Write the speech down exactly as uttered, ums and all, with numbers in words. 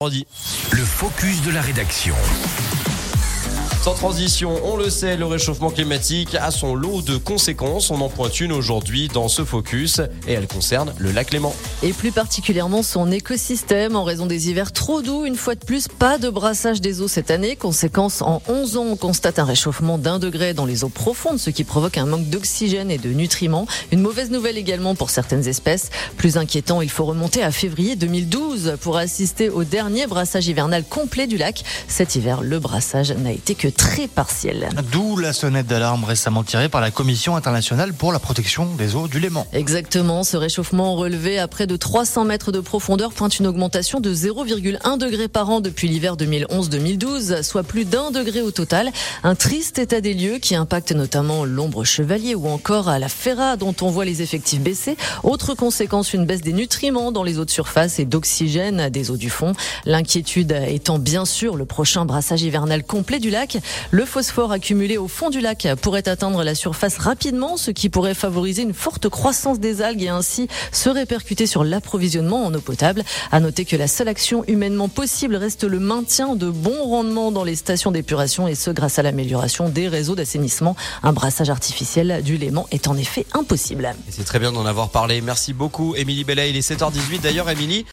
Vendredi. Le focus de la rédaction. Sans transition, on le sait, le réchauffement climatique a son lot de conséquences. On en pointe une aujourd'hui dans ce focus et elle concerne le lac Léman. Et plus particulièrement son écosystème en raison des hivers trop doux. Une fois de plus, pas de brassage des eaux cette année. Conséquence, en onze ans, on constate un réchauffement d'un degré dans les eaux profondes, ce qui provoque un manque d'oxygène et de nutriments. Une mauvaise nouvelle également pour certaines espèces. Plus inquiétant, il faut remonter à février deux mille douze pour assister au dernier brassage hivernal complet du lac. Cet hiver, le brassage n'a été que très partiel. D'où la sonnette d'alarme récemment tirée par la Commission internationale pour la protection des eaux du Léman. Exactement, ce réchauffement relevé à près de trois cents mètres de profondeur pointe une augmentation de zéro virgule un degré par an depuis l'hiver deux mille onze deux mille douze, soit plus d'un degré au total. Un triste état des lieux qui impacte notamment l'ombre chevalier ou encore à la Ferra dont on voit les effectifs baisser. Autre conséquence, une baisse des nutriments dans les eaux de surface et d'oxygène des eaux du fond. L'inquiétude étant bien sûr le prochain brassage hivernal complet du lac. Le phosphore accumulé au fond du lac pourrait atteindre la surface rapidement, ce qui pourrait favoriser une forte croissance des algues et ainsi se répercuter sur l'approvisionnement en eau potable. À noter que la seule action humainement possible reste le maintien de bons rendements dans les stations d'épuration et ce grâce à l'amélioration des réseaux d'assainissement. Un brassage artificiel du Léman est en effet impossible. Et c'est très bien d'en avoir parlé. Merci beaucoup, Émilie Bellay. Il est sept heures dix-huit. D'ailleurs, Émilie,